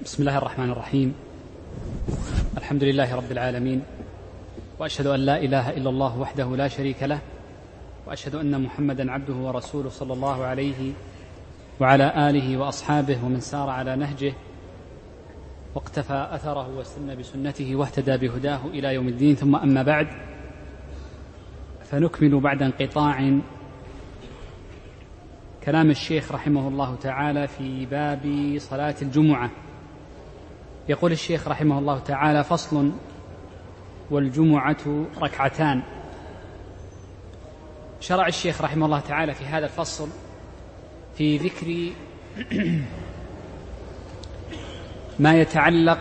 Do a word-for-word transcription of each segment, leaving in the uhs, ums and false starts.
بسم الله الرحمن الرحيم. الحمد لله رب العالمين، وأشهد أن لا إله إلا الله وحده لا شريك له، وأشهد أن محمدا عبده ورسوله صلى الله عليه وعلى آله وأصحابه ومن سار على نهجه واقتفى أثره واستنى بسنته واهتدى بهداه إلى يوم الدين. ثم أما بعد، فنكمل بعد انقطاع كلام الشيخ رحمه الله تعالى في باب صلاة الجمعة. يقول الشيخ رحمه الله تعالى: فصل: والجمعة ركعتان. شرع الشيخ رحمه الله تعالى في هذا الفصل في ذكر ما يتعلق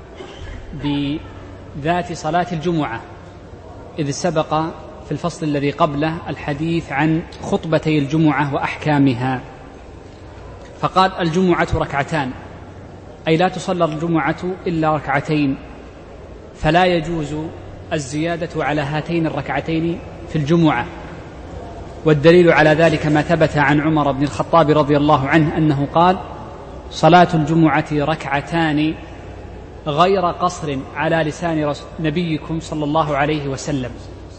بذات صلاة الجمعة، إذ سبق في الفصل الذي قبله الحديث عن خطبتي الجمعة وأحكامها، فقال: الجمعة ركعتان، أي لا تصلى الجمعة إلا ركعتين، فلا يجوز الزيادة على هاتين الركعتين في الجمعة. والدليل على ذلك ما ثبت عن عمر بن الخطاب رضي الله عنه أنه قال: صلاة الجمعة ركعتان غير قصر على لسان نبيكم صلى الله عليه وسلم.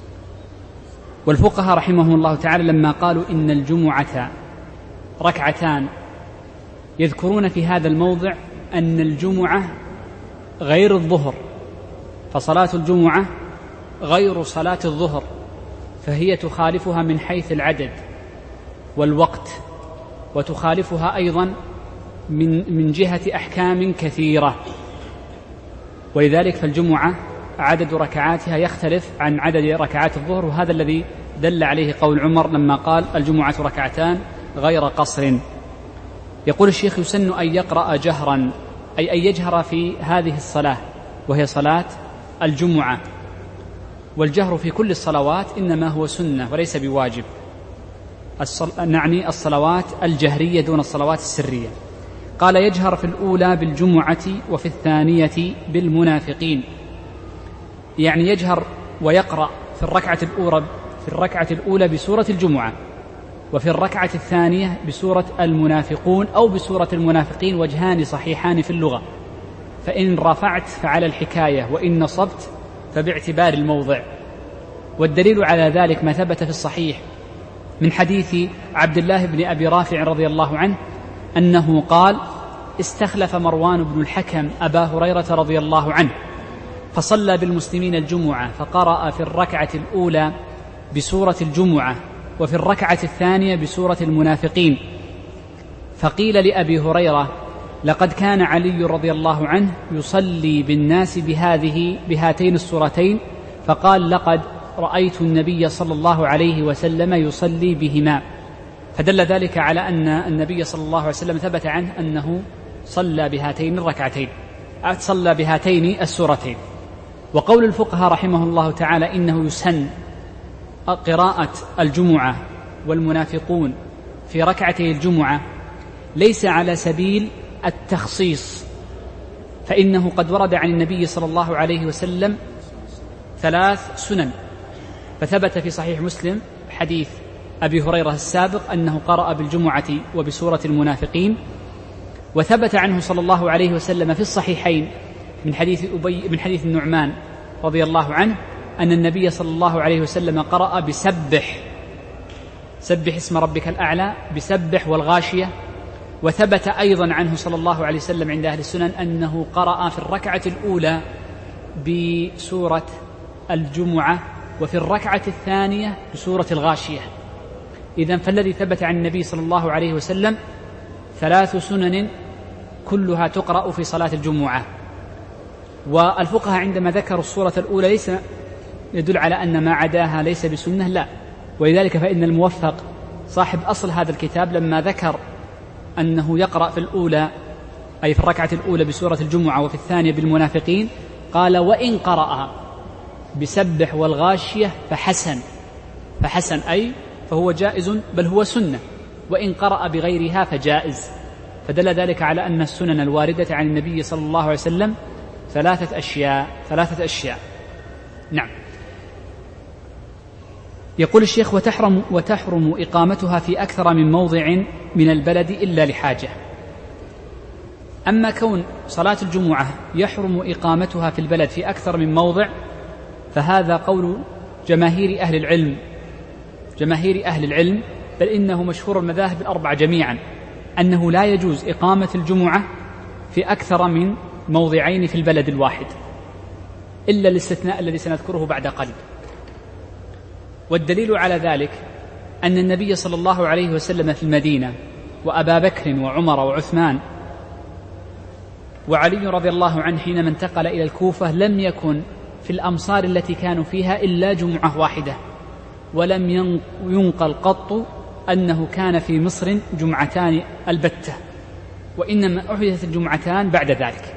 والفقهاء رحمهم الله تعالى لما قالوا إن الجمعة ركعتان يذكرون في هذا الموضع أن الجمعة غير الظهر، فصلاة الجمعة غير صلاة الظهر، فهي تخالفها من حيث العدد والوقت، وتخالفها أيضا من من جهة أحكام كثيرة. ولذلك فالجمعة عدد ركعاتها يختلف عن عدد ركعات الظهر، وهذا الذي دل عليه قول عمر لما قال: الجمعة ركعتان غير قصر. يقول الشيخ: يسن أن يقرأ جهرا، أي أن يجهر في هذه الصلاة وهي صلاة الجمعة. والجهر في كل الصلوات إنما هو سنة وليس بواجب، الصل... نعني الصلوات الجهرية دون الصلوات السرية. قال: يجهر في الأولى بالجمعة وفي الثانية بالمنافقين، يعني يجهر ويقرأ في الركعة الأولى في الركعة الأولى بسورة الجمعة، وفي الركعة الثانية بسورة المنافقون أو بسورة المنافقين، وجهان صحيحان في اللغة، فإن رفعت فعلى الحكاية، وإن نصبت فباعتبار الموضع. والدليل على ذلك ما ثبت في الصحيح من حديث عبد الله بن أبي رافع رضي الله عنه أنه قال: استخلف مروان بن الحكم أبا هريرة رضي الله عنه فصلى بالمسلمين الجمعة، فقرأ في الركعة الأولى بسورة الجمعة وفي الركعة الثانية بسورة المنافقين، فقيل لأبي هريرة: لقد كان علي رضي الله عنه يصلي بالناس بهذه بهاتين السورتين، فقال: لقد رأيت النبي صلى الله عليه وسلم يصلي بهما. فدل ذلك على أن النبي صلى الله عليه وسلم ثبت عنه أنه صلى بهاتين الركعتين، صلى بهاتين السورتين. وقول الفقهاء رحمه الله تعالى إنه يسن قراءة الجمعة والمنافقون في ركعتي الجمعة ليس على سبيل التخصيص، فإنه قد ورد عن النبي صلى الله عليه وسلم ثلاث سنن، فثبت في صحيح مسلم حديث أبي هريرة السابق أنه قرأ بالجمعة وبسورة المنافقين، وثبت عنه صلى الله عليه وسلم في الصحيحين من حديث أبي من حديث النعمان رضي الله عنه أن النبي صلى الله عليه وسلم قرأ بسبح سبح اسم ربك الأعلى، بسبح والغاشية. وثبت أيضا عنه صلى الله عليه وسلم عند أهل السنن أنه قرأ في الركعة الأولى بسورة الجمعة وفي الركعة الثانية بسورة الغاشية. إذن فالذي ثبت عن النبي صلى الله عليه وسلم ثلاث سنن كلها تقرأ في صلاة الجمعة. والفقهاء عندما ذكروا السورة الأولى ليس يدل على أن ما عداها ليس بسنة، لا. ولذلك فإن الموفق صاحب أصل هذا الكتاب لما ذكر أنه يقرأ في الأولى أي في الركعة الأولى بسورة الجمعة وفي الثانية بالمنافقين، قال: وإن قرأ بسبح والغاشية فحسن فحسن أي فهو جائز، بل هو سنة، وإن قرأ بغيرها فجائز. فدل ذلك على أن السنن الواردة عن النبي صلى الله عليه وسلم ثلاثة أشياء ثلاثة أشياء نعم. يقول الشيخ: وتحرم, وتحرم إقامتها في أكثر من موضع من البلد إلا لحاجة. أما كون صلاة الجمعة يحرم إقامتها في البلد في أكثر من موضع فهذا قول جماهير أهل العلم جماهير أهل العلم بل إنه مشهور المذاهب الأربعة جميعا أنه لا يجوز إقامة الجمعة في أكثر من موضعين في البلد الواحد إلا الاستثناء الذي سنذكره بعد قليل. والدليل على ذلك أن النبي صلى الله عليه وسلم في المدينة وأبا بكر وعمر وعثمان وعلي رضي الله عنه حينما انتقل إلى الكوفة لم يكن في الأمصار التي كانوا فيها إلا جمعة واحدة، ولم ينقل قط أنه كان في مصر جمعتان البتة، وإنما أحدثت الجمعتان بعد ذلك.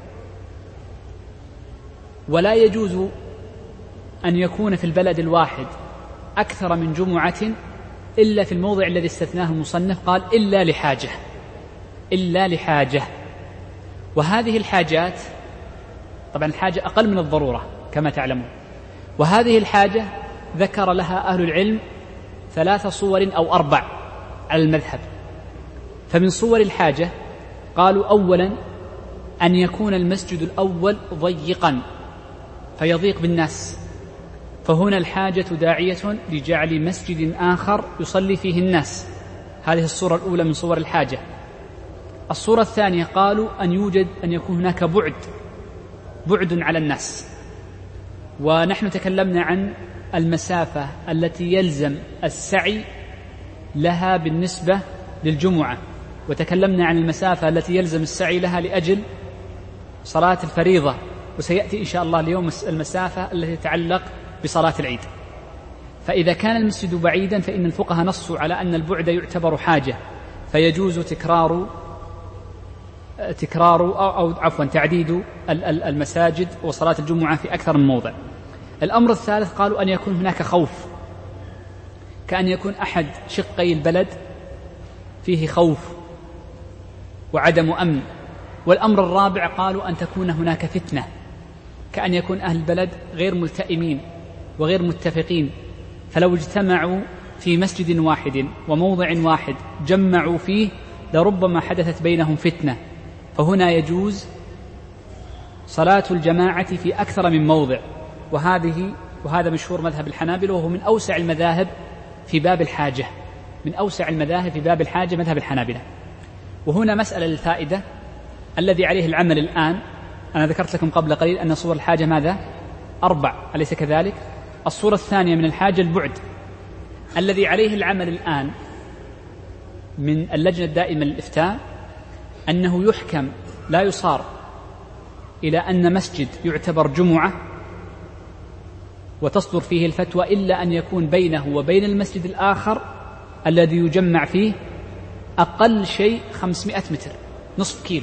ولا يجوز أن يكون في البلد الواحد أكثر من جمعة إلا في الموضع الذي استثناه المصنف، قال إلا لحاجة إلا لحاجة وهذه الحاجات طبعا الحاجة أقل من الضرورة كما تعلمون، وهذه الحاجة ذكر لها أهل العلم ثلاث صور أو أربع على المذهب. فمن صور الحاجة قالوا أولا أن يكون المسجد الأول ضيقا فيضيق بالناس، فهنا الحاجة داعية لجعل مسجد آخر يصلي فيه الناس، هذه الصورة الأولى من صور الحاجة. الصورة الثانية قالوا أن يوجد أن يكون هناك بعد بعد على الناس، ونحن تكلمنا عن المسافة التي يلزم السعي لها بالنسبة للجمعة، وتكلمنا عن المسافة التي يلزم السعي لها لأجل صلاة الفريضة، وسيأتي إن شاء الله اليوم المسافة التي تتعلق بصلاة العيد. فإذا كان المسجد بعيدا فإن الفقهاء نصوا على أن البعد يعتبر حاجة، فيجوز تكرار تكرار أو عفوا تعديد المساجد وصلاة الجمعة في أكثر من موضع. الأمر الثالث قالوا أن يكون هناك خوف، كأن يكون أحد شقي البلد فيه خوف وعدم أمن. والأمر الرابع قالوا أن تكون هناك فتنة، كأن يكون أهل البلد غير ملتئمين وغير متفقين، فلو اجتمعوا في مسجد واحد وموضع واحد جمعوا فيه لربما حدثت بينهم فتنة، فهنا يجوز صلاة الجماعة في أكثر من موضع. وهذه وهذا مشهور مذهب الحنابلة، وهو من أوسع المذاهب في باب الحاجة من أوسع المذاهب في باب الحاجة مذهب الحنابلة. وهنا مسألة للفائدة الذي عليه العمل الآن، أنا ذكرت لكم قبل قليل أن صور الحاجة ماذا؟ أربع، أليس كذلك؟ الصورة الثانية من الحاجة البعد. الذي عليه العمل الآن من اللجنة الدائمة للإفتاء أنه يحكم لا يصار إلى أن مسجد يعتبر جمعة وتصدر فيه الفتوى إلا أن يكون بينه وبين المسجد الآخر الذي يجمع فيه أقل شيء خمسمائة متر، نصف كيلو،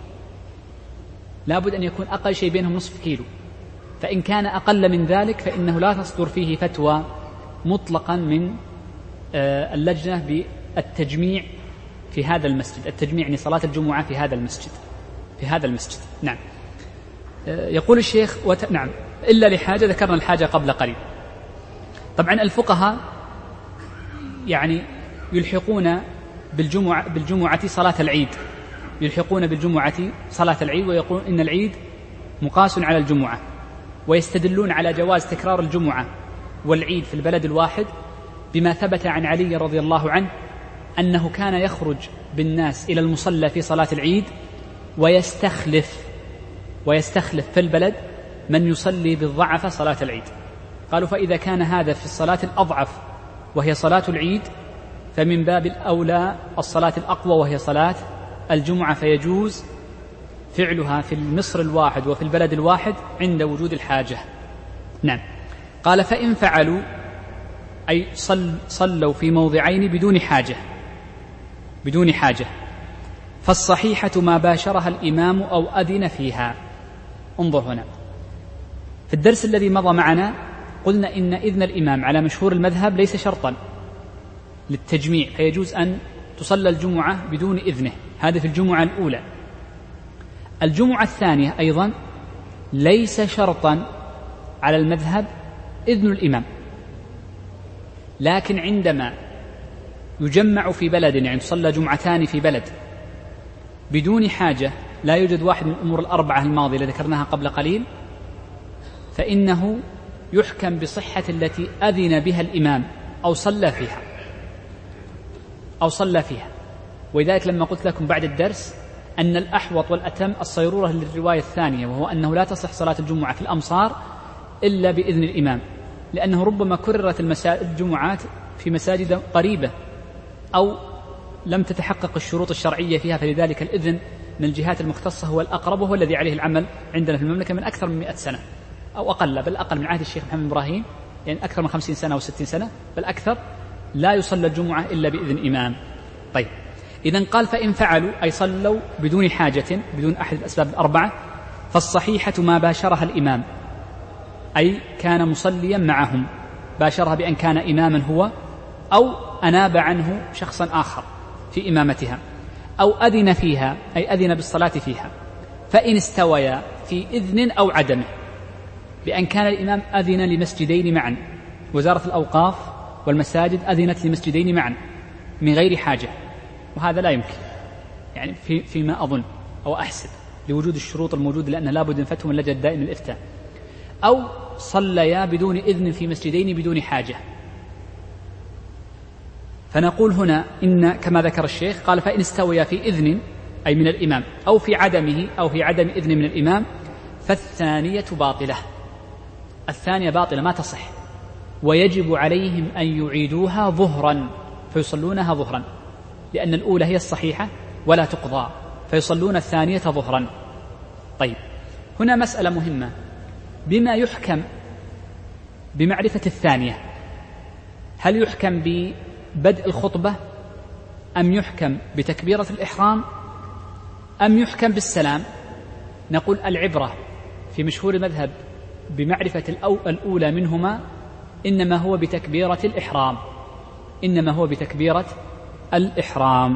لابد أن يكون أقل شيء بينهم نصف كيلو. فإن كان أقل من ذلك فإنه لا تصدر فيه فتوى مطلقا من اللجنة بالتجميع في هذا المسجد. التجميع يعني صلاة الجمعة في هذا المسجد في هذا المسجد نعم. يقول الشيخ وت... نعم إلا لحاجة، ذكرنا الحاجة قبل قليل. طبعا الفقهاء يعني يلحقون بالجمعة, بالجمعة صلاة العيد يلحقون بالجمعة صلاة العيد ويقولون إن العيد مقاس على الجمعة، ويستدلون على جواز تكرار الجمعة والعيد في البلد الواحد بما ثبت عن علي رضي الله عنه أنه كان يخرج بالناس إلى المصلى في صلاة العيد ويستخلف ويستخلف في البلد من يصلي بالضعف صلاة العيد. قالوا فإذا كان هذا في الصلاة الأضعف وهي صلاة العيد فمن باب الأولى الصلاة الأقوى وهي صلاة الجمعة، فيجوز فعلها في المصر الواحد وفي البلد الواحد عند وجود الحاجة. نعم. قال فإن فعلوا أي صل صلوا في موضعين بدون حاجة بدون حاجة فالصحيحة ما باشرها الإمام أو أذن فيها. انظر هنا في الدرس الذي مضى معنا قلنا إن إذن الإمام على مشهور المذهب ليس شرطا للتجميع، فيجوز أن تصلى الجمعة بدون إذنه، هذا في الجمعة الأولى. الجمعة الثانية أيضا ليس شرطا على المذهب إذن الإمام، لكن عندما يجمع في بلد يعني تصلى جمعتان في بلد بدون حاجة لا يوجد واحد من الأمور الأربعة الماضية التي ذكرناها قبل قليل، فإنه يحكم بصحة التي أذن بها الإمام أو صلى فيها أو صلى فيها. ولذلك لما قلت لكم بعد الدرس أن الأحوط والأتم الصيرورة للرواية الثانية، وهو أنه لا تصح صلاة الجمعة في الأمصار إلا بإذن الإمام، لأنه ربما كررت الجمعات في مساجد قريبة أو لم تتحقق الشروط الشرعية فيها، فلذلك الإذن من الجهات المختصة هو الأقرب، وهو الذي عليه العمل عندنا في المملكة من أكثر من مئة سنة أو أقل، بل أقل من عهد الشيخ محمد إبراهيم، يعني أكثر من خمسين سنة أو ستين سنة بل أكثر، لا يصلى الجمعة إلا بإذن إمام. طيب، إذن قال فإن فعلوا أي صلوا بدون حاجة، بدون أحد الأسباب الأربعة، فالصحيحة ما باشرها الإمام، أي كان مصليا معهم، باشرها بأن كان إماما هو أو أناب عنه شخصا آخر في إمامتها، أو أذن فيها أي أذن بالصلاة فيها. فإن استويا في إذن أو عدمه، بأن كان الإمام أذن لمسجدين معا، وزارة الأوقاف والمساجد أذنت لمسجدين معا من غير حاجة، وهذا لا يمكن يعني في فيما أظن أو أحسب لوجود الشروط الموجودة، لأنه لا بد من فتوى من لجنة دائم الإفتاء، أو صليا بدون إذن في مسجدين بدون حاجة. فنقول هنا إن كما ذكر الشيخ قال فإن استويا في إذن أي من الإمام أو في عدمه أو في عدم إذن من الإمام فالثانية باطلة، الثانية باطلة ما تصح، ويجب عليهم أن يعيدوها ظهرا فيصلونها ظهرا، لأن الأولى هي الصحيحة ولا تقضى، فيصلون الثانية ظهرا. طيب، هنا مسألة مهمة، بما يحكم بمعرفة الثانية؟ هل يحكم ببدء الخطبة أم يحكم بتكبيرة الإحرام أم يحكم بالسلام؟ نقول العبرة في مشهور المذهب بمعرفة الأولى منهما إنما هو بتكبيرة الإحرام، إنما هو بتكبيرة الإحرام.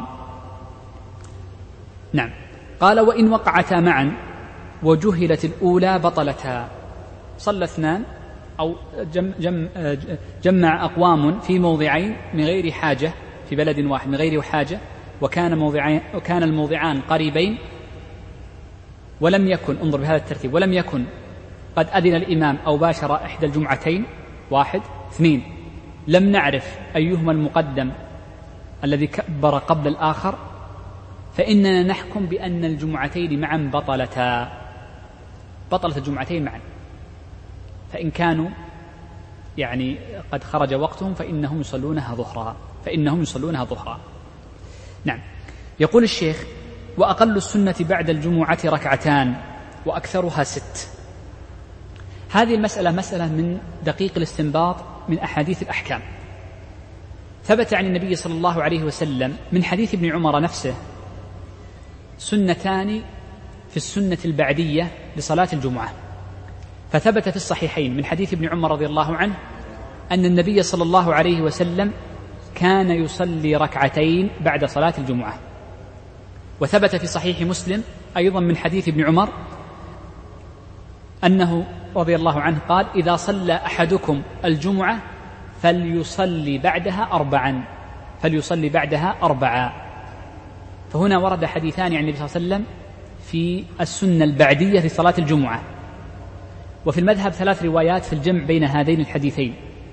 نعم. قال وإن وقعتا معا وجهلت الأولى بطلتا. صلى اثنان أو جم جم جمع أقوام في موضعين من غير حاجة في بلد واحد من غير حاجة، وكان موضعين وكان الموضعان قريبين، ولم يكن، انظر بهذا الترتيب، ولم يكن قد أذن الإمام أو باشر إحدى الجمعتين، واحد. اثنين، لم نعرف أيهما المقدم الذي كبر قبل الآخر، فإننا نحكم بأن الجمعتين معا بطلتا، بطلت الجمعتين معا، فإن كانوا يعني قد خرج وقتهم فإنهم يصلونها ظهرا، فإنهم يصلونها ظهرا. نعم. يقول الشيخ وأقل السنة بعد الجمعة ركعتان وأكثرها ست. هذه المسألة مسألة من دقيق الاستنباط من أحاديث الأحكام. ثبت عن النبي صلى الله عليه وسلم من حديث ابن عمر نفسه سنتان في السنة البعدية لصلاة الجمعة، فثبت في الصحيحين من حديث ابن عمر رضي الله عنه أن النبي صلى الله عليه وسلم كان يصلي ركعتين بعد صلاة الجمعة. وثبت في صحيح مسلم أيضا من حديث ابن عمر أنه رضي الله عنه قال إذا صلى أحدكم الجمعة فليصلي بعدها أربعا، فليصلي بعدها أربعا. فهنا ورد حديثان عن النبي صلى الله عليه وسلم في السنة البعدية في صلاة الجمعة، وفي المذهب ثلاث روايات في الجمع بين هذين الحديثين.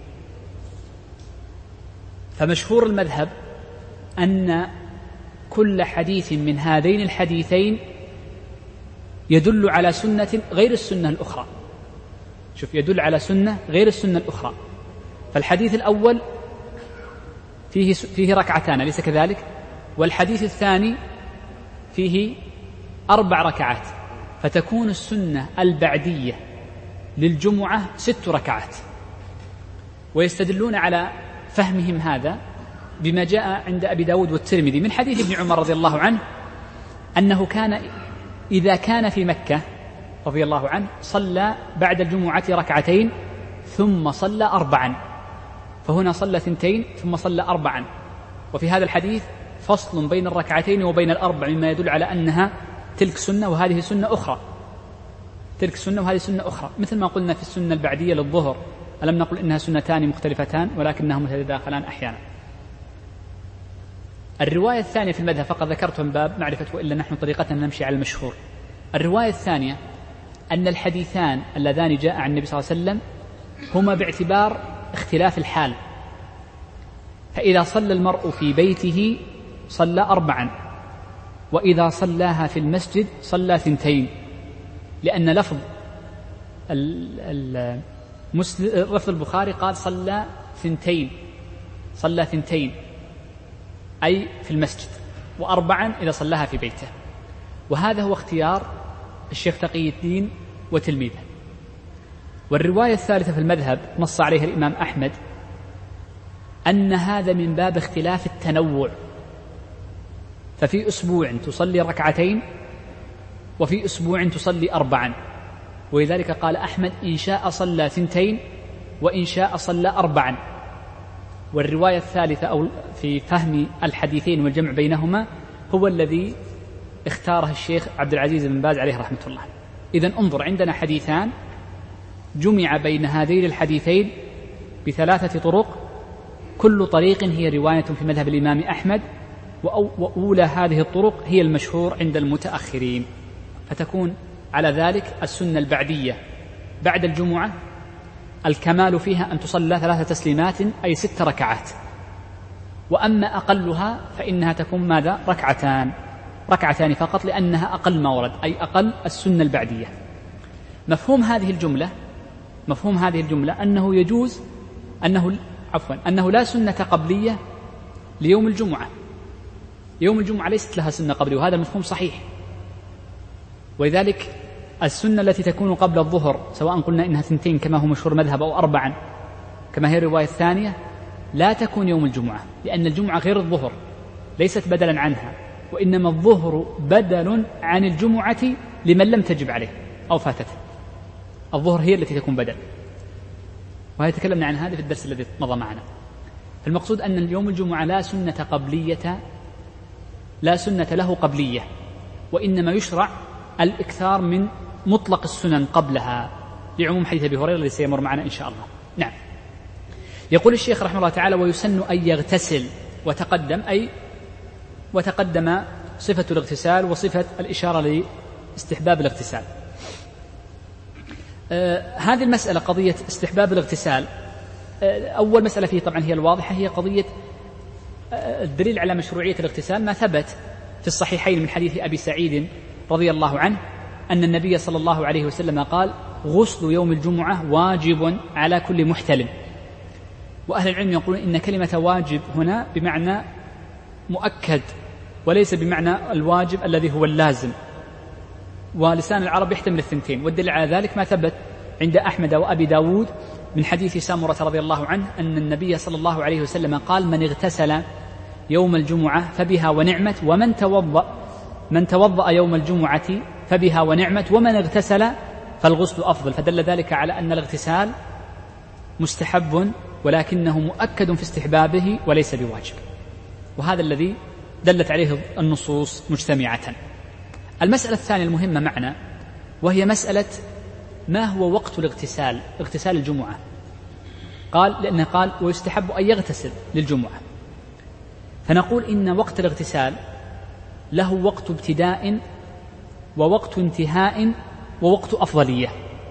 فمشهور المذهب أن كل حديث من هذين الحديثين يدل على سنة غير السنة الأخرى. شوف، يدل على سنة غير السنة الأخرى. فالحديث الأول فيه فيه ركعتان، أليس كذلك؟ والحديث الثاني فيه أربع ركعات، فتكون السنة البعدية للجمعة ست ركعات. ويستدلون على فهمهم هذا بما جاء عند أبي داود والترمذي من حديث ابن عمر رضي الله عنه أنه كان إذا كان في مكة رضي الله عنه صلى بعد الجمعة ركعتين ثم صلى أربعا، فهنا صلى ثنتين ثم صلى أربعا. وفي هذا الحديث فصل بين الركعتين وبين الأربع، مما يدل على أنها تلك سنة وهذه سنة أخرى، تلك سنة وهذه سنة أخرى، مثل ما قلنا في السنة البعدية للظهر، ألم نقل إنها سنتان مختلفتان ولكنهما يتداخلان أحيانا. الرواية الثانية في المذهب فقط ذكرتها من باب معرفة وإلا نحن طريقتنا نمشي على المشهور. الرواية الثانية أن الحديثان اللذان جاء عن النبي صلى الله عليه وسلم هما باعتبار اختلاف الحال، فإذا صلى المرء في بيته صلى أربعا، وإذا صلاها في المسجد صلى ثنتين، لأن لفظ لفظ البخاري قال صلى ثنتين صلى ثنتين أي في المسجد، وأربعا إذا صلاها في بيته. وهذا هو اختيار الشيخ تقي الدين وتلميذه. والرواية الثالثة في المذهب نص عليها الإمام أحمد أن هذا من باب اختلاف التنوع، ففي أسبوع تصلي ركعتين وفي أسبوع تصلي أربعا، ولذلك قال أحمد إن شاء صلى ثنتين وإن شاء صلى أربعا. والرواية الثالثة أو في فهم الحديثين والجمع بينهما هو الذي اختاره الشيخ عبد العزيز بن باز عليه رحمة الله. إذن انظر، عندنا حديثان جمع بين هذين الحديثين بثلاثة طرق، كل طريق هي رواية في مذهب الإمام أحمد، وأولى هذه الطرق هي المشهور عند المتأخرين، فتكون على ذلك السنة البعدية بعد الجمعة الكمال فيها أن تصلى ثلاث تسليمات أي ست ركعات، وأما أقلها فإنها تكون ماذا؟ ركعتان ركعتان فقط، لأنها أقل ما ورد، أي أقل السنة البعدية. مفهوم هذه الجملة مفهوم هذه الجملة أنه يجوز أنه عفوا أنه لا سنة قبلية ليوم الجمعة. يوم الجمعة ليست لها سنة قبلية، وهذا المفهوم صحيح. ولذلك السنة التي تكون قبل الظهر سواء قلنا إنها ثنتين كما هو مشهور مذهب أو أربعا كما هي الرواية الثانية، لا تكون يوم الجمعة، لأن الجمعة غير الظهر، ليست بدلا عنها، وإنما الظهر بدل عن الجمعة لمن لم تجب عليه أو فاتته. الظهر هي التي تكون بدل، وهي تكلمنا عن هذا في الدرس الذي مضى معنا. فالمقصود أن يوم الجمعة لا سنة قبلية لا سنة له قبلية، وإنما يشرع الإكثار من مطلق السنن قبلها لعموم حديث أبي هريرة الذي سيمر معنا إن شاء الله. نعم. يقول الشيخ رحمه الله تعالى: ويسن أن يغتسل، وتقدم أي وتقدم صفة الاغتسال وصفة الإشارة لاستحباب الاغتسال. آه هذه المسألة قضية استحباب الاغتسال. آه أول مسألة فيه طبعا هي الواضحة، هي قضية آه الدليل على مشروعية الاغتسال ما ثبت في الصحيحين من حديث أبي سعيد رضي الله عنه أن النبي صلى الله عليه وسلم قال: غسل يوم الجمعة واجب على كل محتلم. وأهل العلم يقولون إن كلمة واجب هنا بمعنى مؤكد وليس بمعنى الواجب الذي هو اللازم، ولسان العرب يحتمل الثنتين. والدليل على ذلك ما ثبت عند أحمد وأبي داود من حديث سامرة رضي الله عنه أن النبي صلى الله عليه وسلم قال: من اغتسل يوم الجمعة فبها ونعمت، ومن توضأ من توضأ يوم الجمعة فبها ونعمت، ومن اغتسل فالغسل أفضل. فدل ذلك على أن الاغتسال مستحب ولكنه مؤكد في استحبابه وليس بواجب، وهذا الذي دلت عليه النصوص مجتمعة. المسألة الثانية المهمة معنا وهي مسألة ما هو وقت الاغتسال، اغتسال الجمعة. قال لأنه قال: ويستحب أن يغتسل للجمعة. فنقول إن وقت الاغتسال له وقت ابتداء ووقت انتهاء ووقت أفضلية.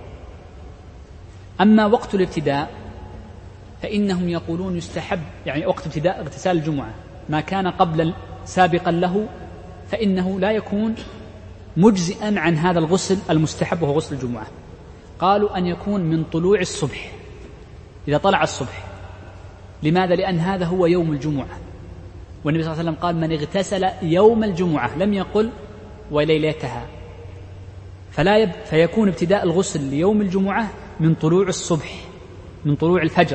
أما وقت الابتداء فإنهم يقولون يستحب، يعني وقت ابتداء اغتسال الجمعة ما كان قبل سابقا له فإنه لا يكون مجزئا عن هذا الغسل المستحب وهو غسل الجمعة. قالوا أن يكون من طلوع الصبح، إذا طلع الصبح. لماذا؟ لأن هذا هو يوم الجمعة، والنبي صلى الله عليه وسلم قال: من اغتسل يوم الجمعة، لم يقل وليلتها. فلا يب... فيكون ابتداء الغسل ليوم الجمعة من طلوع الصبح، من طلوع الفجر،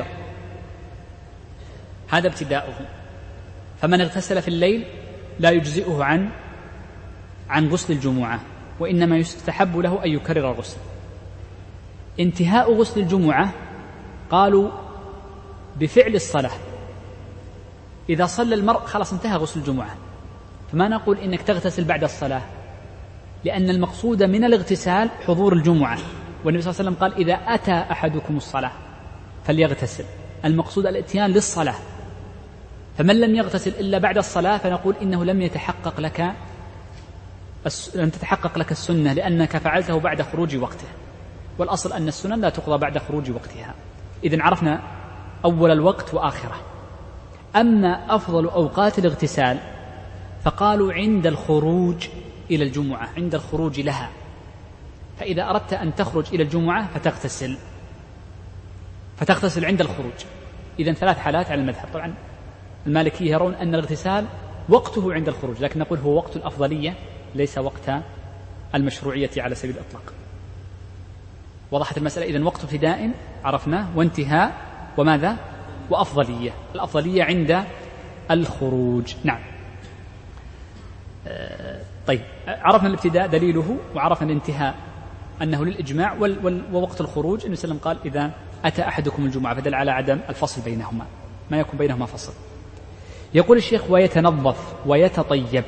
هذا ابتداؤه. فمن اغتسل في الليل لا يجزئه عن عن غسل الجمعة، وإنما يستحب له أن يكرر الغسل. انتهاء غسل الجمعة قالوا بفعل الصلاة. إذا صلى المرء خلاص انتهى غسل الجمعة، فما نقول إنك تغتسل بعد الصلاة، لأن المقصود من الاغتسال حضور الجمعة، والنبي صلى الله عليه وسلم قال: إذا أتى أحدكم الصلاة فليغتسل. المقصود الاتيان للصلاة، فمن لم يغتسل إلا بعد الصلاة فنقول إنه لم يتحقق لك لم تتحقق لك السنة لأنك فعلته بعد خروج وقته، والأصل أن السنن لا تقضى بعد خروج وقتها. إذن عرفنا أول الوقت وآخره. أما أفضل أوقات الاغتسال فقالوا عند الخروج إلى الجمعة، عند الخروج لها. فإذا أردت أن تخرج إلى الجمعة فتغتسل فتغتسل عند الخروج. إذن ثلاث حالات على المذهب. طبعا المالكية يرون أن الاغتسال وقته عند الخروج، لكن نقول هو وقت الأفضلية ليس وقت المشروعية على سبيل الإطلاق. وضحت المسألة. إذن وقت ابتداء عرفناه، وانتهاء، وماذا؟ وأفضلية. الأفضلية عند الخروج. نعم. آه طيب، عرفنا الابتداء دليله، وعرفنا الانتهاء أنه للإجماع، ووقت الخروج النبي صلى الله عليه وسلم قال إذا أتى أحدكم الجمعة، فدل على عدم الفصل بينهما، ما يكون بينهما فصل. يقول الشيخ ويتنظف ويتطيب.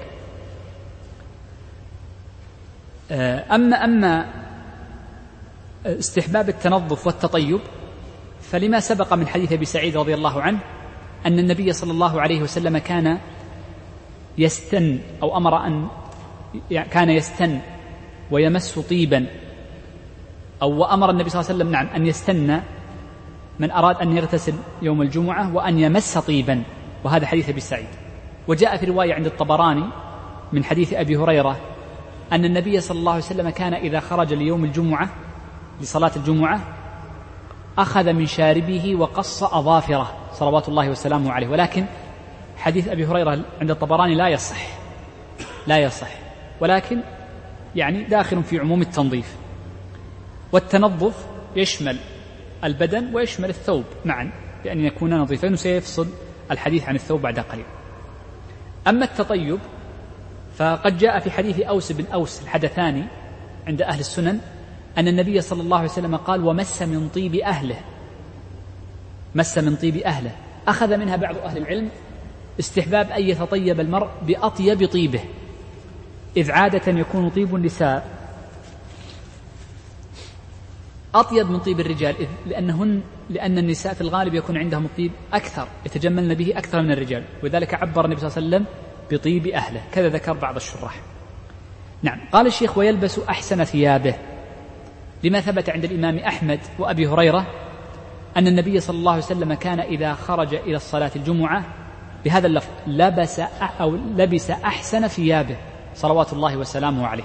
أما أما استحباب التنظف والتطيب فلما سبق من حديث أبي سعيد رضي الله عنه أن النبي صلى الله عليه وسلم كان يستن أو أمر أن كان يستن ويمس طيبا، أو وأمر النبي صلى الله عليه وسلم نعم أن يستن من أراد أن يغتسل يوم الجمعة وأن يمس طيبا، وهذا حديث أبي سعيد. وجاء في رواية عند الطبراني من حديث أبي هريرة أن النبي صلى الله عليه وسلم كان إذا خرج ليوم الجمعة لصلاة الجمعة أخذ من شاربه وقص أظافره صلوات الله وسلامه عليه. ولكن حديث أبي هريرة عند الطبراني لا يصح لا يصح ولكن يعني داخل في عموم التنظيف. والتنظف يشمل البدن ويشمل الثوب معا بأن يكون نظيفين، وسيفصل الحديث عن الثوب بعد قليل. أما التطيب فقد جاء في حديث أوس بن أوس الحدثاني عند أهل السنن أن النبي صلى الله عليه وسلم قال ومس من طيب أهله، مس من طيب أهله. أخذ منها بعض أهل العلم استحباب أن يتطيب المرء بأطيب طيبه، إذ عادة يكون طيب النساء أطيب من طيب الرجال، إذ لأنهن لأن النساء في الغالب يكون عندهم الطيب أكثر، يتجملن به أكثر من الرجال، وذلك عبر النبي صلى الله عليه وسلم بطيب أهله، كذا ذكر بعض الشراح. نعم. قال الشيخ ويلبس أحسن ثيابه، لما ثبت عند الإمام أحمد وأبي هريرة أن النبي صلى الله عليه وسلم كان إذا خرج إلى الصلاة الجمعة بهذا اللفظ لبس أو لبس أحسن ثيابه صلوات الله وسلامه عليه.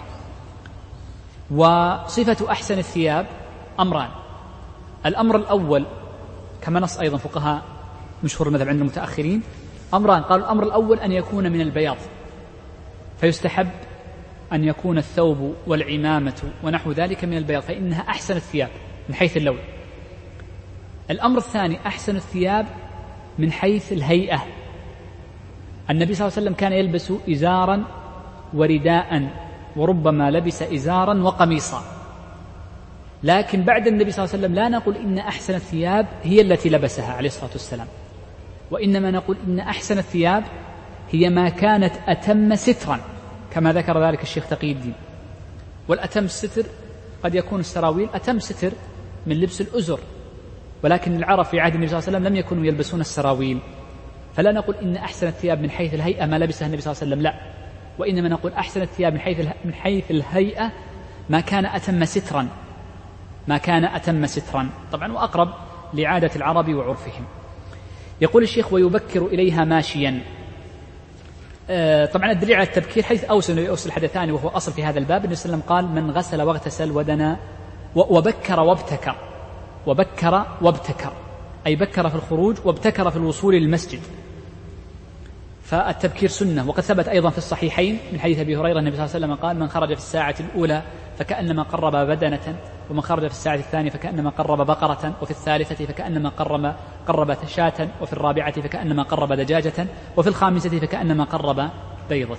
وصفة أحسن الثياب أمران. الأمر الأول كما نص أيضا فقهاء مشهور المذهب عند المتأخرين أمران، قالوا الأمر الأول أن يكون من البياض، فيستحب أن يكون الثوب والعمامة ونحو ذلك من البياض، فإنها أحسن الثياب من حيث اللون. الأمر الثاني أحسن الثياب من حيث الهيئة. النبي صلى الله عليه وسلم كان يلبس إزارا ورداء، وربما لبس إزارا وقميصا، لكن بعد النبي صلى الله عليه وسلم لا نقول إن أحسن الثياب هي التي لبسها عليه الصلاة والسلام، وإنما نقول إن أحسن الثياب هي ما كانت أتم سترا، كما ذكر ذلك الشيخ تقي الدين. والأتم الستر قد يكون السراويل أتم ستر من لبس الأزر، ولكن العرب في عهد النبي صلى الله عليه وسلم لم يكونوا يلبسون السراويل، فلا نقول إن أحسن الثياب من حيث الهيئة ما لبسها النبي صلى الله عليه وسلم، لا، وإنما نقول أحسن الثياب من حيث من حيث الهيئة ما كان أتم سترا ما كان أتم سترا طبعا، وأقرب لعادة العرب وعرفهم. يقول الشيخ ويبكر إليها ماشيا. آه طبعا الدليل على التبكير حيث أوس أوس الحدثاني، وهو أصل في هذا الباب. النبي صلى الله عليه وسلم قال من غسل واغتسل ودنا وبكر وابتكر، وبكر وابتكر أي بكر في الخروج وابتكر في الوصول للمسجد، فالتبكير سنة. وقد ثبت أيضا في الصحيحين من حديث أبي هريرة النبي صلى الله عليه وسلم قال من خرج في الساعة الأولى فكأنما قرب بدنة، ومن خرج في الساعة الثانية فكأنما قرب بقرة، وفي الثالثة فكأنما قرب قرب شاة، وفي الرابعة فكأنما قرب دجاجة، وفي الخامسة فكأنما قرب بيضة.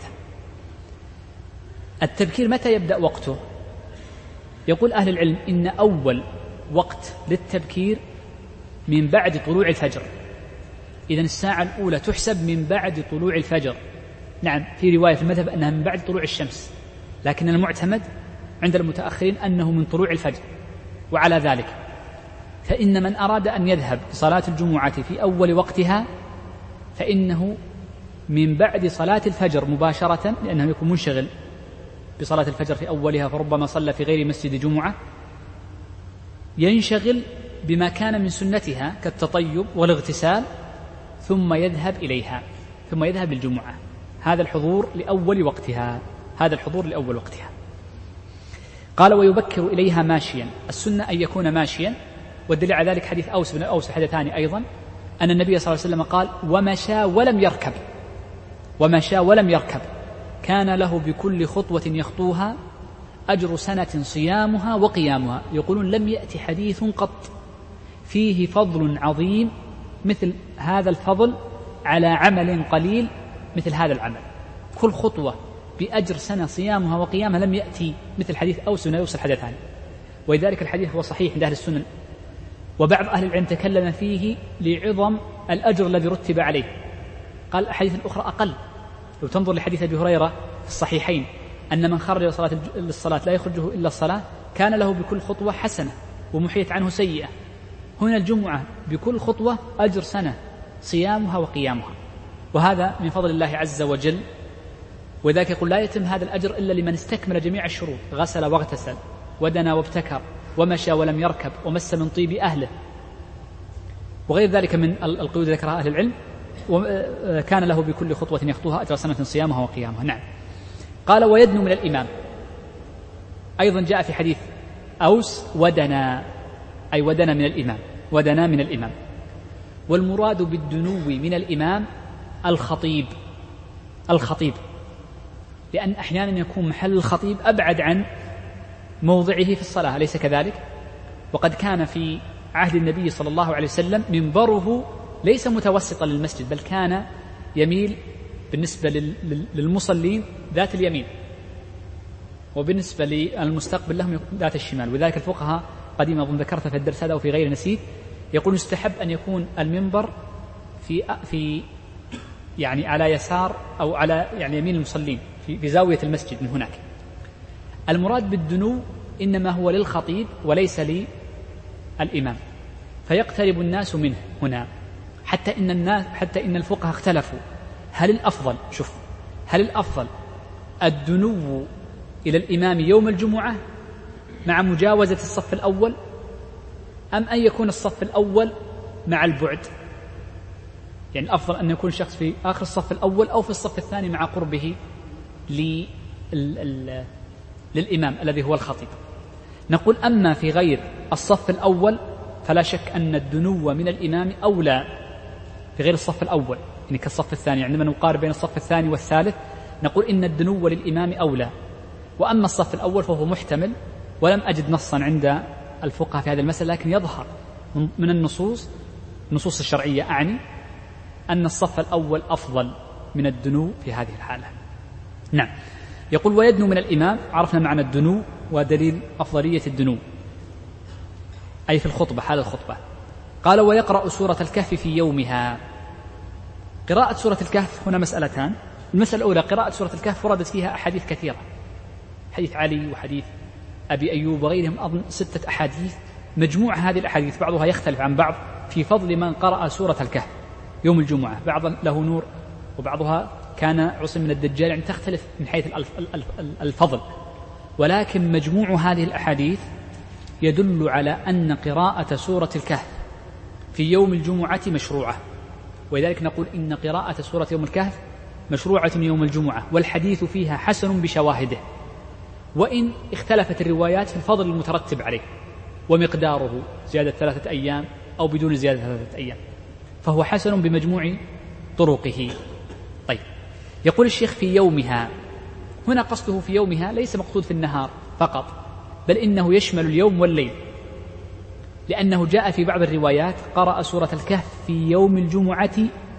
التبكير متى يبدأ وقته؟ يقول أهل العلم إن أول وقت للتبكير من بعد طلوع الفجر، إذن الساعة الأولى تحسب من بعد طلوع الفجر. نعم في رواية في المذهب أنها من بعد طلوع الشمس، لكن المعتمد عند المتأخرين أنه من طلوع الفجر. وعلى ذلك فإن من أراد أن يذهب لصلاة الجمعة في أول وقتها فإنه من بعد صلاة الفجر مباشرة، لأنه يكون منشغل بصلاة الفجر في أولها، فربما صلى في غير مسجد جمعة، ينشغل بما كان من سنتها كالتطيب والاغتسال، ثم يذهب إليها، ثم يذهب للجمعة. هذا الحضور لأول وقتها، هذا الحضور لأول وقتها. قال ويبكر إليها ماشيا، السنة أن يكون ماشيا، والدليل على ذلك حديث أوس بن أوس حدثان أيضا أن النبي صلى الله عليه وسلم قال ومشى ولم يركب، ومشى ولم يركب كان له بكل خطوة يخطوها أجر سنة صيامها وقيامها. يقولون لم يأتي حديث قط فيه فضل عظيم مثل هذا الفضل على عمل قليل مثل هذا العمل، كل خطوة بأجر سنة صيامها وقيامها، لم يأتي مثل حديث أوس بن أوس الحدثان. ولذلك الحديث هو صحيح عند أهل السنن، وبعض أهل العلم تكلم فيه لعظم الأجر الذي رتب عليه، قال الأحاديث الأخرى أقل. لو تنظر لحديث أبي هريرة في الصحيحين أن من خرج للصلاة لا يخرجه إلا الصلاة كان له بكل خطوة حسنة ومحيت عنه سيئة. هنا الجمعة بكل خطوة أجر سنة صيامها وقيامها، وهذا من فضل الله عز وجل. وذلك يقول لا يتم هذا الأجر إلا لمن استكمل جميع الشروط، غسل واغتسل ودنا وابتكر ومشى ولم يركب ومس من طيب أهله وغير ذلك من القيود ذكرها أهل العلم، وكان له بكل خطوة يخطوها أجر سنة صيامها وقيامها. نعم. قال ويدنو من الإمام، أيضا جاء في حديث أوس ودنا، أي ودنا من الإمام، ودنا من الإمام. والمراد بالدنو من الإمام الخطيب، الخطيب، لأن أحيانا يكون محل الخطيب أبعد عن موضعه في الصلاة، أليس كذلك؟ وقد كان في عهد النبي صلى الله عليه وسلم منبره ليس متوسطا للمسجد، بل كان يميل بالنسبة للمصلين ذات اليمين، وبالنسبة للمستقبل لهم ذات الشمال. وذلك الفقهاء قديما أظن ذكرت في الدرس هذا أو في غير نسيت، يقول يستحب أن يكون المنبر في في يعني على يسار أو على يعني يمين المصلين في, في زاوية المسجد من هناك. المراد بالدنو إنما هو للخطيب وليس للإمام، فيقترب الناس منه هنا، حتى إن الناس حتى إن الفقهاء اختلفوا هل الأفضل، شوف، هل الأفضل الدنو إلى الإمام يوم الجمعة مع مجاوزة الصف الأول، أم أن يكون الصف الأول مع البعد؟ يعني الأفضل أن يكون الشخص في آخر الصف الأول أو في الصف الثاني مع قربه للإمام الذي هو الخطيب. نقول أما في غير الصف الأول فلا شك أن الدنو من الإمام أولى في غير الصف الأول، يعني كالصف الثاني. عندما نقارن بين الصف الثاني والثالث نقول إن الدنو للإمام أولى، وأما الصف الأول فهو محتمل، ولم أجد نصا عند الفقهاء في هذا المسألة، لكن يظهر من النصوص النصوص الشرعية أعني أن الصف الأول أفضل من الدنو في هذه الحالة. نعم. يقول ويدنو من الإمام، عرفنا معنى الدنو ودليل أفضلية الدنو أي في الخطبة، حال الخطبة. قال ويقرأ سورة الكهف في يومها. قراءة سورة الكهف هنا مسألتان. المسألة الأولى قراءة سورة الكهف وردت فيها أحاديث كثيرة، حديث علي وحديث أبي أيوب وغيرهم، أظن ستة أحاديث. مجموع هذه الأحاديث بعضها يختلف عن بعض في فضل من قرأ سورة الكهف يوم الجمعة، بعض له نور وبعضها كان عصم من الدجال، يعني تختلف من حيث الفضل، ولكن مجموع هذه الأحاديث يدل على أن قراءة سورة الكهف في يوم الجمعة مشروعة، ولذلك نقول إن قراءة سورة يوم الكهف مشروعة يوم الجمعة، والحديث فيها حسن بشواهده، وإن اختلفت الروايات في الفضل المترتب عليه ومقداره، زيادة ثلاثة أيام أو بدون زيادة ثلاثة أيام، فهو حسن بمجموع طرقه. طيب، يقول الشيخ في يومها، هنا قصده في يومها ليس مقصود في النهار فقط، بل إنه يشمل اليوم والليل، لأنه جاء في بعض الروايات قرأ سورة الكهف في يوم الجمعة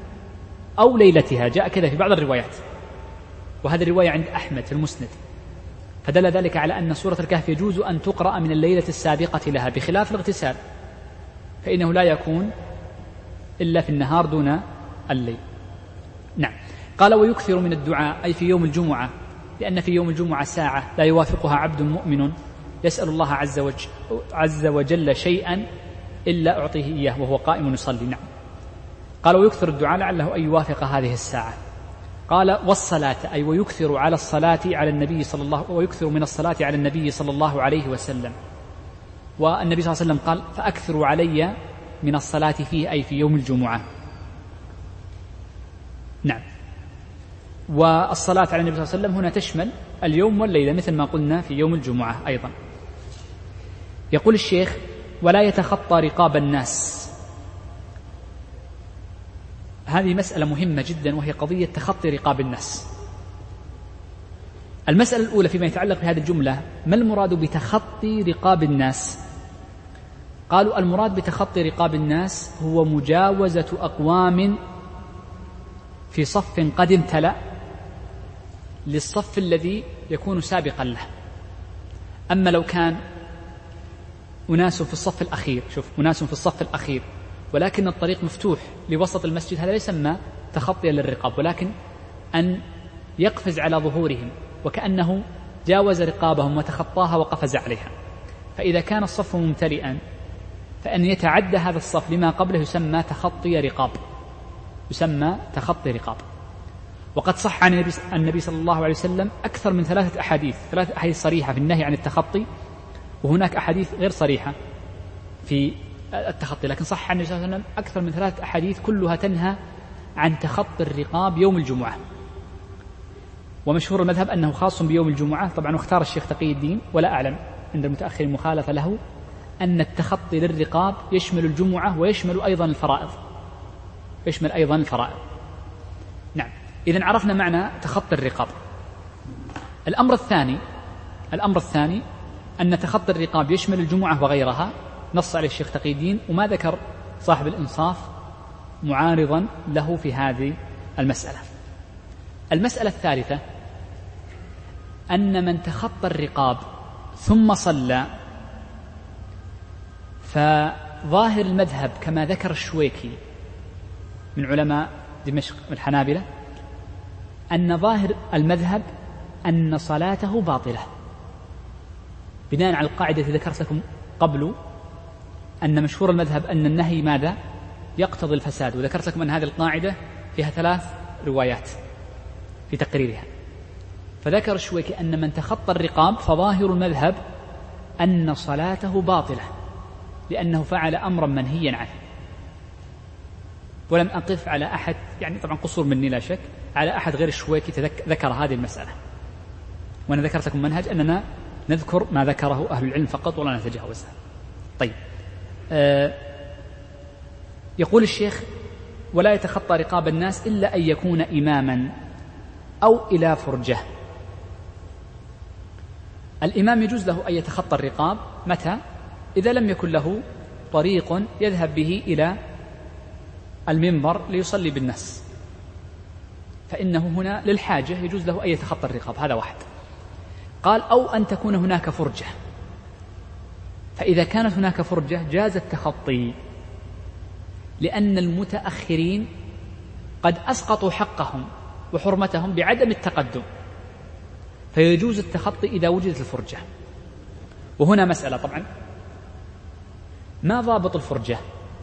أو ليلتها، جاء كذا في بعض الروايات، وهذه الرواية عند أحمد في المسند، فدل ذلك على أن سورة الكهف يجوز أن تقرأ من الليلة السابقة لها، بخلاف الاغتسال فإنه لا يكون إلا في النهار دون الليل. نعم. قال ويكثر من الدعاء أي في يوم الجمعة، لأن في يوم الجمعة ساعة لا يوافقها عبد مؤمن يسأل الله عز وجل, عز وجل شيئا إلا أعطيه إياه وهو قائم يصلي. نعم. قال ويكثر الدعاء لعله أن يوافق هذه الساعة. قال والصلاة أي ويكثر على الصلاة على النبي صلى الله ويكثر من الصلاة على النبي صلى الله عليه وسلم. والنبي صلى الله عليه وسلم قال فأكثروا علي من الصلاة فيه أي في يوم الجمعة. نعم. والصلاة على النبي صلى الله عليه وسلم هنا تشمل اليوم والليلة مثل ما قلنا في يوم الجمعة أيضا. يقول الشيخ ولا يتخطى رقاب الناس. هذه مسألة مهمة جدا وهي قضية تخطي رقاب الناس. المسألة الأولى فيما يتعلق بهذه الجملة ما المراد بتخطي رقاب الناس؟ قالوا المراد بتخطي رقاب الناس هو مجاوزة أقوام في صف قد امتلأ للصف الذي يكون سابقا له. أما لو كان أناس في الصف الأخير، شوف أناس في الصف الأخير ولكن الطريق مفتوح لوسط المسجد، هذا لا يسمى تخطيا للرقاب، ولكن أن يقفز على ظهورهم وكأنه جاوز رقابهم وتخطاها وقفز عليها. فإذا كان الصف ممتلئا فأن يتعدى هذا الصف لما قبله يسمى تخطي رقاب، يسمى تخطي رقاب. وقد صح عن النبي صلى الله عليه وسلم أكثر من ثلاثة أحاديث ثلاثة أحاديث صريحة في النهي عن التخطي، وهناك أحاديث غير صريحة في التخطي، لكن صح عن النبي صلى الله عليه وسلم أكثر من ثلاثة أحاديث كلها تنهى عن تخطي الرقاب يوم الجمعة. ومشهور المذهب أنه خاص بيوم الجمعة، طبعا واختار الشيخ تقي الدين ولا أعلم عند المتأخر مخالفة له أن التخطي للرقاب يشمل الجمعة ويشمل أيضا الفرائض، يشمل أيضا الفرائض. نعم. إذن عرفنا معنى تخطي الرقاب. الأمر الثاني الأمر الثاني أن تخطي الرقاب يشمل الجمعة وغيرها، نص عليه الشيخ تقي الدين، وما ذكر صاحب الإنصاف معارضا له في هذه المسألة. المسألة الثالثة أن من تخطى الرقاب ثم صلى، فظاهر المذهب كما ذكر الشويكي من علماء دمشق الحنابلة أن ظاهر المذهب أن صلاته باطلة، بناء على القاعدة التي ذكرت لكم قبل أن مشهور المذهب أن النهي ماذا؟ يقتضي الفساد، وذكرت لكم أن هذه القاعدة فيها ثلاث روايات في تقريرها. فذكر الشويكي أن من تخطى الرقاب فظاهر المذهب أن صلاته باطلة لأنه فعل أمرا منهيا عنه. ولم أقف على أحد، يعني طبعا قصور مني لا شك، على أحد غير الشويكي ذكر هذه المسألة، وأنا ذكرت لكم منهج أننا نذكر ما ذكره أهل العلم فقط ولا نتجاوزها. طيب، آه يقول الشيخ ولا يتخطى رقاب الناس إلا أن يكون إماما أو إلى فرجة. الإمام يجوز له أن يتخطى الرقاب متى؟ إذا لم يكن له طريق يذهب به إلى المنبر ليصلي بالناس، فإنه هنا للحاجة يجوز له أن يتخطى الرقاب، هذا واحد. قال أو أن تكون هناك فرجة، فإذا كانت هناك فرجة جاز التخطي، لأن المتأخرين قد أسقطوا حقهم وحرمتهم بعدم التقدم، فيجوز التخطي إذا وجدت الفرجة. وهنا مسألة طبعا، ما ضابط الفرجة؟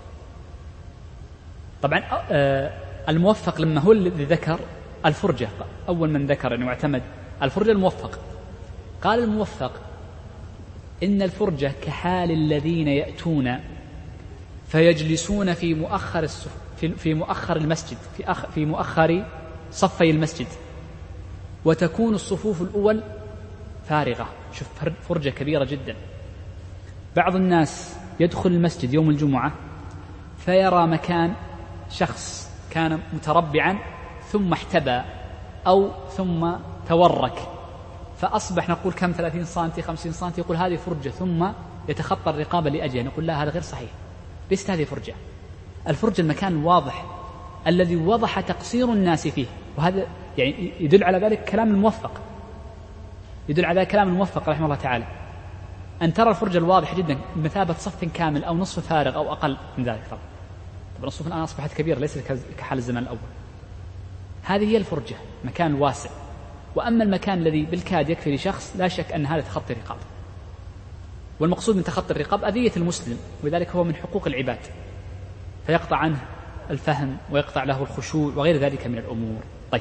طبعا الموفق لما هو الذي ذكر الفرجة، أول من ذكر أنه اعتمد الفرجة الموفق، قال الموفق إن الفرجة كحال الذين يأتون فيجلسون في مؤخر في مؤخر المسجد، في أخ في مؤخر صفي المسجد، وتكون الصفوف الأول فارغة. شوف فرجة كبيرة جدا. بعض الناس يدخل المسجد يوم الجمعة فيرى مكان شخص كان متربعا ثم احتبى أو ثم تورك، فأصبح نقول كم ثلاثين سنتي خمسين سنتي، يقول هذه فرجة، ثم يتخطى الرقابة لأجله. نقول لا، هذا غير صحيح، ليست هذه فرجة. الفرجة المكان الواضح الذي وضح تقصير الناس فيه، وهذا يعني يدل على ذلك كلام الموفق، يدل على ذلك كلام الموفق رحمه الله تعالى، أن ترى الفرجة الواضح جدا بمثابة صف كامل أو نصف فارغ أو أقل من ذلك. طبعا طبعا الصفوف الآن أصبحت كبيرة ليست كحال الزمان الأول. هذه هي الفرجة، مكان واسع. وأما المكان الذي بالكاد يكفي لشخص لا شك أن هذا تخطي رقاب، والمقصود من تخطي الرقاب أذية المسلم، ولذلك هو من حقوق العباد، فيقطع عنه الفهم ويقطع له الخشوع وغير ذلك من الأمور. طيب،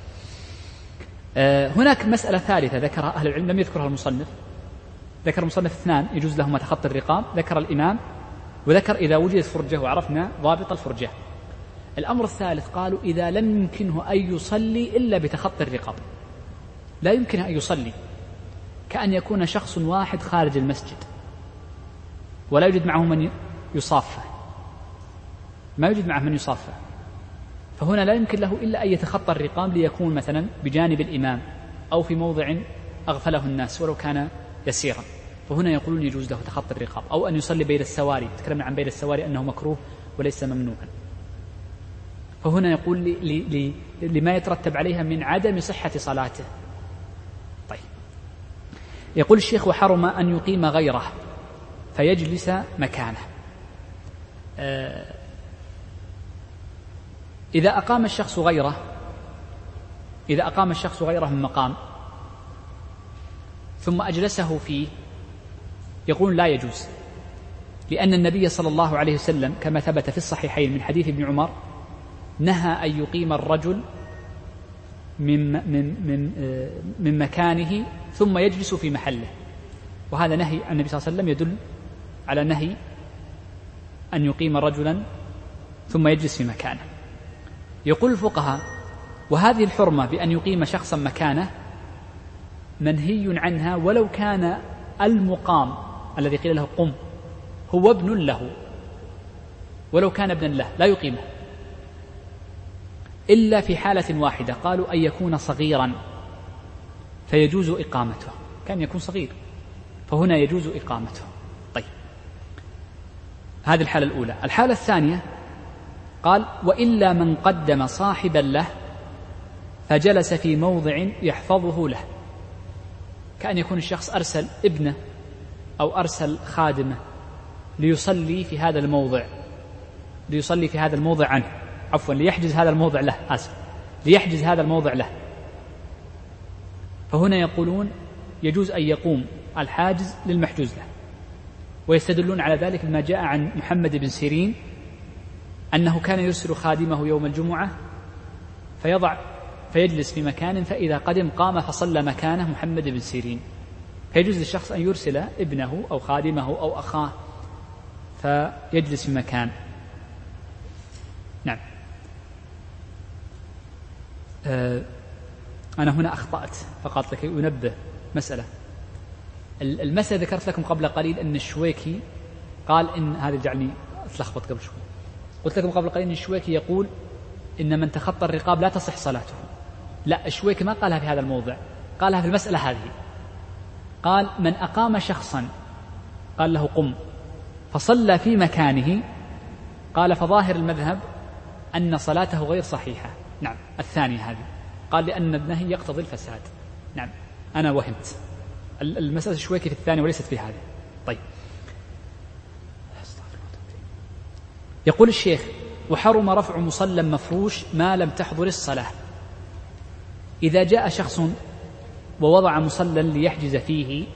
آه هناك مسألة ثالثة ذكرها أهل العلم لم يذكرها المصنف. ذكر المصنف اثنان يجوز لهما تخطي الرقاب، ذكر الإمام وذكر إذا وجدت فرجة، وعرفنا ضابط الفرجة. الأمر الثالث قالوا إذا لم يمكنه أن يصلي إلا بتخطي الرقاب، لا يمكن أن يصلي، كأن يكون شخص واحد خارج المسجد ولا يوجد معه من يصافه، ما يوجد معه من يصافه، فهنا لا يمكن له إلا أن يتخطى الرقاب ليكون مثلا بجانب الإمام أو في موضع أغفله الناس ولو كان يسيرا، فهنا يقولون يجوز له تخطي الرقاب، أو أن يصلي بين السواري. تكلمنا عن بين السواري أنه مكروه وليس ممنوعا، فهنا يقول لي لي لي لما يترتب عليها من عدم صحة صلاته. طيب، يقول الشيخ وحرم أن يقيم غيره فيجلس مكانه. آه إذا أقام الشخص غيره إذا أقام الشخص غيره من مقام ثم أجلسه فيه، يقول لا يجوز، لأن النبي صلى الله عليه وسلم كما ثبت في الصحيحين من حديث ابن عمر نهى أن يقيم الرجل من, من, من, من مكانه ثم يجلس في محله، وهذا نهي عن النبي صلى الله عليه وسلم يدل على نهي أن يقيم رجلا ثم يجلس في مكانه. يقول الفقهاء وهذه الحرمة بأن يقيم شخصا مكانه منهي عنها ولو كان المقام الذي قيل له قم هو ابن له، ولو كان ابنا له لا يقيمه إلا في حالة واحدة، قالوا أن يكون صغيرا فيجوز إقامته، كان يكون صغير فهنا يجوز إقامته. طيب، هذه الحالة الأولى. الحالة الثانية قال وإلا من قدم صاحبا له فجلس في موضع يحفظه له، كأن يكون الشخص أرسل ابنه أو أرسل خادمه ليصلي في هذا الموضع ليصلي في هذا الموضع عنه عفوا ليحجز هذا الموضع له آسف ليحجز هذا الموضع له، فهنا يقولون يجوز أن يقوم الحاجز للمحجوز له، ويستدلون على ذلك بما جاء عن محمد بن سيرين أنه كان يرسل خادمه يوم الجمعة فيضع فيجلس في مكان، فإذا قدم قام فصلى مكانه محمد بن سيرين، فيجوز للشخص أن يرسل ابنه أو خادمه أو أخاه فيجلس في مكان. نعم. أه أنا هنا أخطأت فقط لكي أنبه مسألة. المسألة ذكرت لكم قبل قليل أن الشويكي قال إن هذا جعلني أتلخبط قبل شوي. قلت لكم قبل قليل أن الشويكي يقول إن من تخطى الرقاب لا تصح صلاته. لا، الشويكي ما قالها في هذا الموضع، قالها في المسألة هذه. قال من أقام شخصا قال له قم فصلى في مكانه، قال فظاهر المذهب أن صلاته غير صحيحة. نعم، الثاني هذه قال لأن النهي يقتضي الفساد. نعم، أنا وهمت، المسألة الشويكي في الثاني وليست في هذه. طيب، يقول الشيخ وحرم رفع مصلى مفروش ما لم تحضر الصلاة. إذا جاء شخص ووضع مصلى ليحجز فيه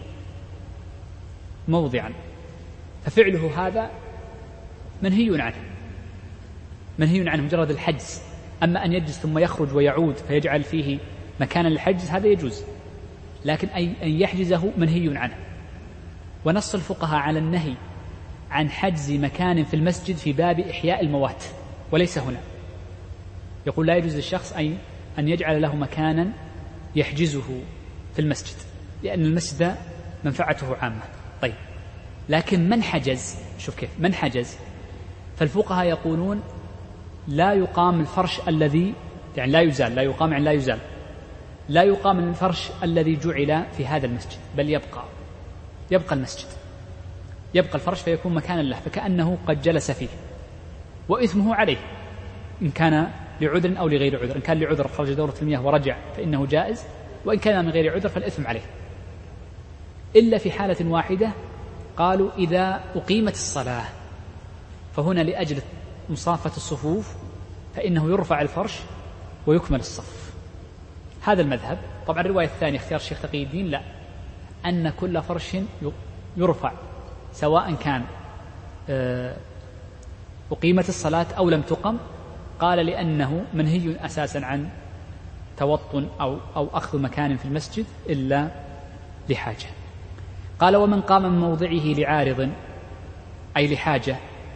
موضعا ففعله هذا منهي عنه منهي عنه مجرد الحجز، أما أن يجلس ثم يخرج ويعود فيجعل فيه مكانا للحجز هذا يجوز، لكن أن يحجزه منهي عنه. ونص الفقهاء على النهي عن حجز مكان في المسجد في باب إحياء الموات وليس هنا. يقول لا يجوز للشخص أن يجعل له مكانا يحجزه في المسجد، لأن المسجد منفعته عامة. طيب، لكن من حجز، شوف كيف من حجز، فالفقهاء يقولون لا يقام الفرش الذي يعني لا يزال لا يقام يعني لا يزال لا يقام الفرش الذي جعل في هذا المسجد، بل يبقى يبقى المسجد يبقى الفرش فيكون مكانا له، فكأنه قد جلس فيه، وإثمه عليه إن كان لعذر أو لغير عذر. إن كان لعذر خرج دورة المياه ورجع فإنه جائز، وإن كان من غير عذر فالإثم عليه، إلا في حالة واحدة قالوا إذا أقيمت الصلاة، فهنا لأجل مصافة الصفوف فإنه يرفع الفرش ويكمل الصف. هذا المذهب. طبعا الرواية الثانية اختيار الشيخ تقي الدين لا، أن كل فرش يرفع سواء كان أقيمت الصلاة أو لم تقم، قال لأنه منهي أساسا عن توطن أو, أو أخذ مكان في المسجد إلا لحاجة. قال ومن قام من موضعه لعارض أي لحاجة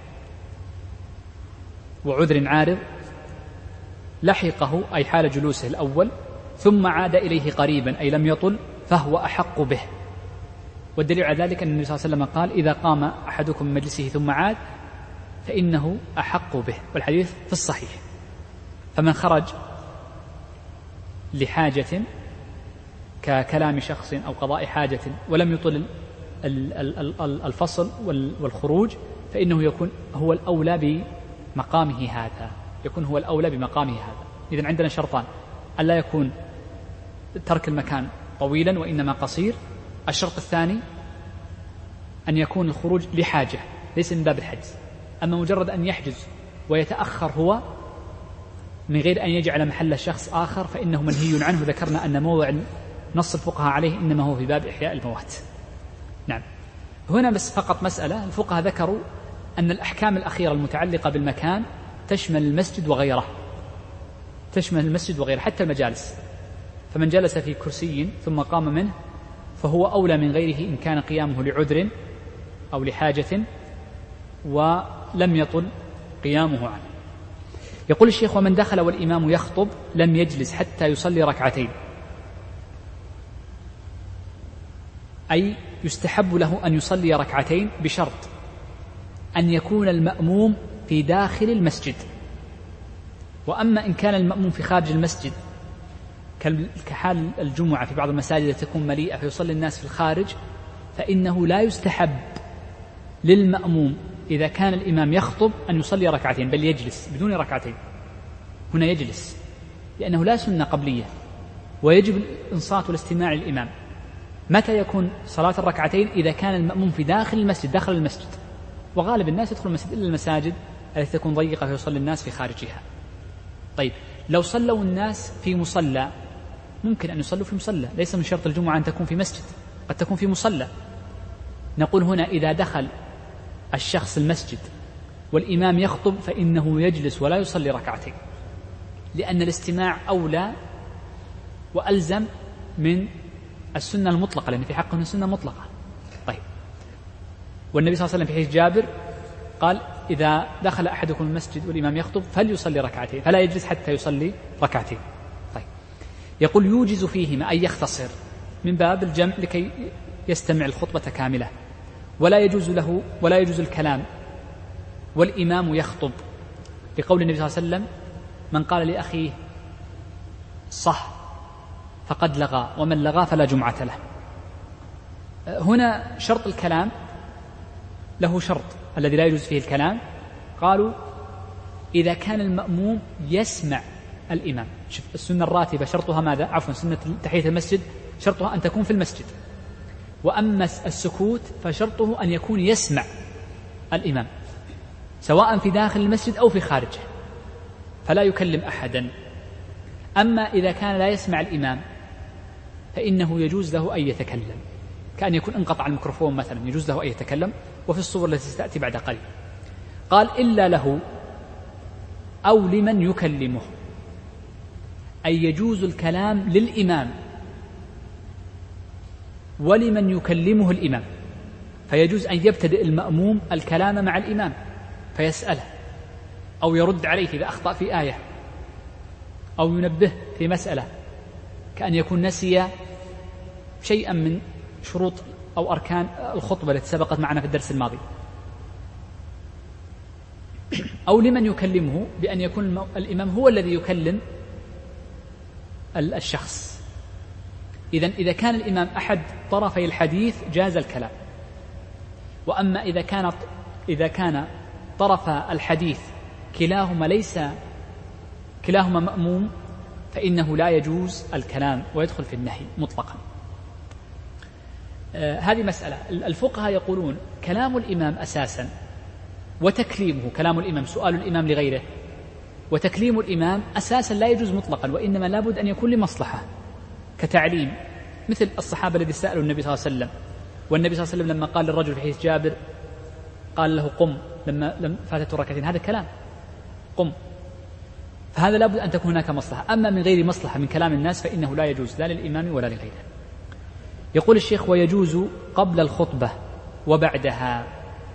وعذر عارض لحقه أي حال جلوسه الأول ثم عاد إليه قريبا أي لم يطل فهو أحق به. والدليل على ذلك أن النبي صلى الله عليه وسلم قال إذا قام أحدكم من مجلسه ثم عاد فإنه أحق به، والحديث في الصحيح. فمن خرج لحاجة ككلام شخص أو قضاء حاجة ولم يطل الفصل والخروج فإنه يكون هو الأولى بمقامه هذا، يكون هو الأولى بمقامه هذا. إذن عندنا شرطان: ألا يكون ترك المكان طويلا وإنما قصير. الشرط الثاني أن يكون الخروج لحاجة ليس من باب الحجز. أما مجرد أن يحجز ويتأخر هو من غير أن يجعل محل الشخص آخر فإنه منهي عنه. ذكرنا أن موضع نص الفقهاء عليه إنما هو في باب إحياء الموات. نعم، هنا بس فقط مسألة: الفقهاء ذكروا أن الأحكام الأخيرة المتعلقة بالمكان تشمل المسجد وغيره، تشمل المسجد وغيره حتى المجالس. فمن جلس في كرسي ثم قام منه فهو أولى من غيره إن كان قيامه لعذر أو لحاجة ولم يطل قيامه عنه. يقول الشيخ: ومن دخل والإمام يخطب لم يجلس حتى يصلي ركعتين، أي يستحب له أن يصلي ركعتين بشرط أن يكون المأموم في داخل المسجد. وأما إن كان المأموم في خارج المسجد كحال الجمعة في بعض المساجد تكون مليئة فيصلي الناس في الخارج، فإنه لا يستحب للمأموم إذا كان الإمام يخطب أن يصلي ركعتين، بل يجلس بدون ركعتين. هنا يجلس لأنه لا سنة قبلية، ويجب الإنصات والاستماع للإمام. متى يكون صلاة الركعتين؟ إذا كان المأموم في داخل المسجد، داخل المسجد. وغالب الناس يدخل المسجد إلا المساجد التي تكون ضيقة فيصلي الناس في خارجها. طيب، لو صلوا الناس في مصلى ممكن أن يصلوا في مصلى، ليس من شرط الجمعة أن تكون في مسجد، قد تكون في مصلى. نقول هنا إذا دخل الشخص المسجد والإمام يخطب فإنه يجلس ولا يصلي ركعتين، لأن الاستماع أولى وألزم من السنة المطلقة، لأن في حقه السنة مطلقة. طيب، والنبي صلى الله عليه وسلم في حديث جابر قال: إذا دخل أحدكم المسجد والإمام يخطب فليصلي ركعتين، فلا يجلس حتى يصلي ركعتين. طيب، يقول: يوجز فيهما أي يختصر من باب الجمع لكي يستمع الخطبة كاملة، ولا يجوز له ولا يجوز الكلام والإمام يخطب، لقول النبي صلى الله عليه وسلم: من قال لأخيه صح فقد لغى ومن لغى فلا جمعة له. هنا شرط الكلام له شرط الذي لا يجوز فيه الكلام. قالوا: إذا كان المأموم يسمع الإمام. شوف، السنة الراتبة شرطها ماذا؟ عفوا، سنة تحية المسجد شرطها أن تكون في المسجد، وأما السكوت فشرطه أن يكون يسمع الإمام سواء في داخل المسجد أو في خارجه، فلا يكلم أحدا. أما إذا كان لا يسمع الإمام فإنه يجوز له أن يتكلم، كأن يكون انقطع الميكروفون مثلا، يجوز له أن يتكلم، وفي الصور التي ستأتي بعد قليل. قال: إلا له أو لمن يكلمه، أي يجوز الكلام للإمام ولمن يكلمه الإمام، فيجوز أن يبتدئ المأموم الكلام مع الإمام فيسأله أو يرد عليه إذا أخطأ في آية أو ينبه في مسألة، كأن يكون نسي شيئا من شروط أو أركان الخطبة التي سبقت معنا في الدرس الماضي. أو لمن يكلمه بأن يكون الإمام هو الذي يكلم الشخص. إذن إذا كان الإمام أحد طرفي الحديث جاز الكلام. وأما إذا كان إذا كان طرف الحديث كلاهما ليس كلاهما مأموم فإنه لا يجوز الكلام ويدخل في النهي مطلقا. آه هذه مسألة. الفقهاء يقولون كلام الإمام أساسا وتكليمه، كلام الإمام سؤال الإمام لغيره وتكليم الإمام أساسا لا يجوز مطلقا، وإنما لابد أن يكون لمصلحة كتعليم، مثل الصحابة الذي سألوا النبي صلى الله عليه وسلم، والنبي صلى الله عليه وسلم لما قال للرجل في حديث جابر قال له قم لما لم فاتته ركعتين، هذا كلام، قم. فهذا لابد أن تكون هناك مصلحة. أما من غير مصلحة من كلام الناس فإنه لا يجوز لا للإمام ولا لغيره. يقول الشيخ: ويجوز قبل الخطبة وبعدها،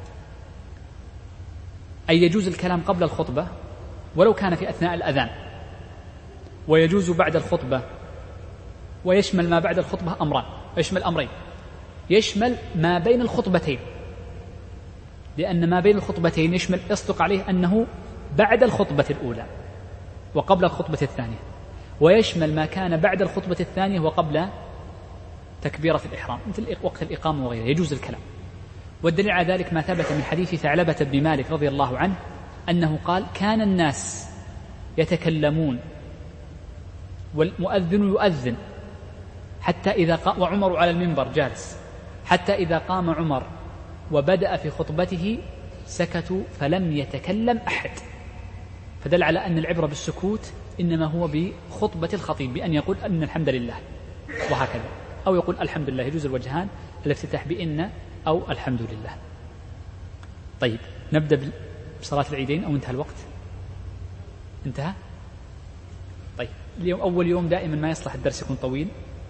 أي يجوز الكلام قبل الخطبة ولو كان في أثناء الأذان، ويجوز بعد الخطبة، ويشمل ما بعد الخطبة أمران، يشمل أمرين، يشمل ما بين الخطبتين، لأن ما بين الخطبتين يشمل يصدق عليه أنه بعد الخطبة الأولى وقبل الخطبة الثانية، ويشمل ما كان بعد الخطبة الثانية وقبل تكبيرة الإحرام مثل وقت الإقامة وغيره، يجوز الكلام. والدليل على ذلك ما ثبت من حديث ثعلبة بن مالك رضي الله عنه أنه قال: كان الناس يتكلمون والمؤذن يؤذن حتى إذا قام، وعمر على المنبر جالس، حتى إذا قام عمر وبدأ في خطبته سكتوا فلم يتكلم أحد، فدل على أن العبرة بالسكوت إنما هو بخطبة الخطيب، بأن يقول أن الحمد لله وهكذا، أو يقول الحمد لله. يجوز الوجهان، الافتتاح بإن أو الحمد لله. طيب، نبدأ بصلاة العيدين أو انتهى الوقت؟ انتهى؟ طيب، اليوم أول يوم دائما ما يصلح الدرس يكون طويل،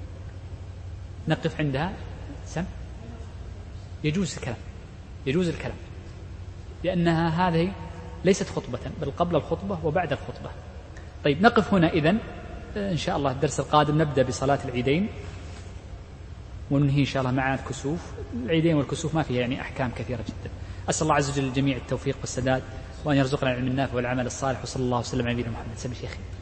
نقف عندها. سم يجوز الكلام، يجوز الكلام، لأنها هذه ليست خطبة بل قبل الخطبة وبعد الخطبة. طيب، نقف هنا إذن، إن شاء الله الدرس القادم نبدأ بصلاة العيدين وننهي إن شاء الله مع الكسوف. العيدين والكسوف ما فيها يعني أحكام كثيرة جدا. أسأل الله عز وجل للجميع التوفيق والسداد، وأن يرزقنا العلم النافع والعمل الصالح، وصلى الله وسلم على نبينا محمد. سمي شيخي.